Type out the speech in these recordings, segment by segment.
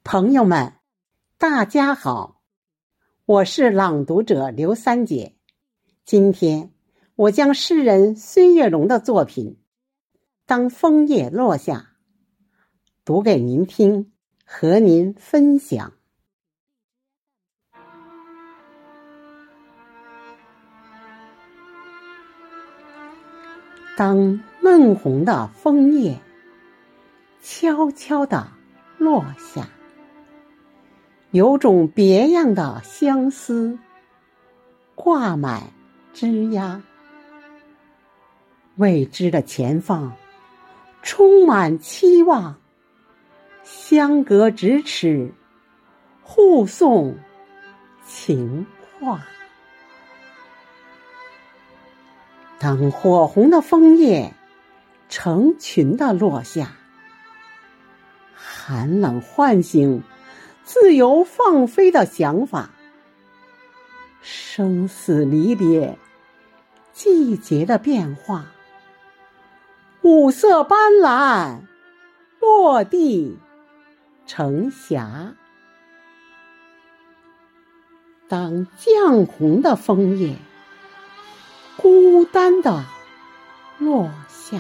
朋友们，大家好，我是朗读者刘三姐。今天我将诗人孙月龙的作品《当枫叶落下》读给您听，和您分享。当嫩红的枫叶悄悄地落下，有种别样的相思挂满枝桠，未知的前方充满期望，相隔咫尺，互送情话。当火红的枫叶成群地落下，寒冷唤醒自由放飞的想法，生死离别，季节的变化，五色斑斓，落地成霞。当绛红的枫叶孤单地落下，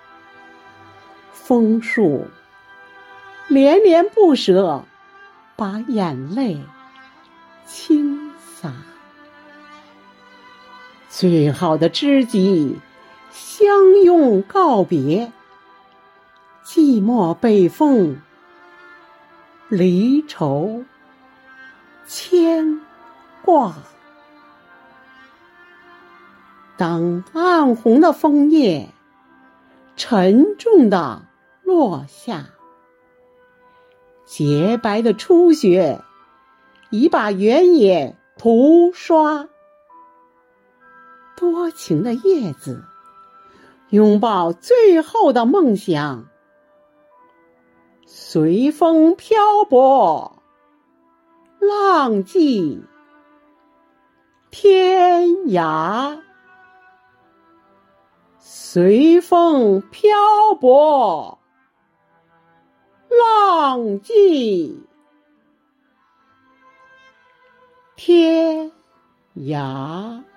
枫树恋恋不舍，把眼泪倾洒。最好的知己相拥告别，寂寞北风，离愁牵挂。当暗红的枫叶沉重地落下，洁白的初雪已把原野涂刷。多情的叶子拥抱最后的梦想，随风漂泊，浪迹天涯。随风漂泊，浪迹天涯。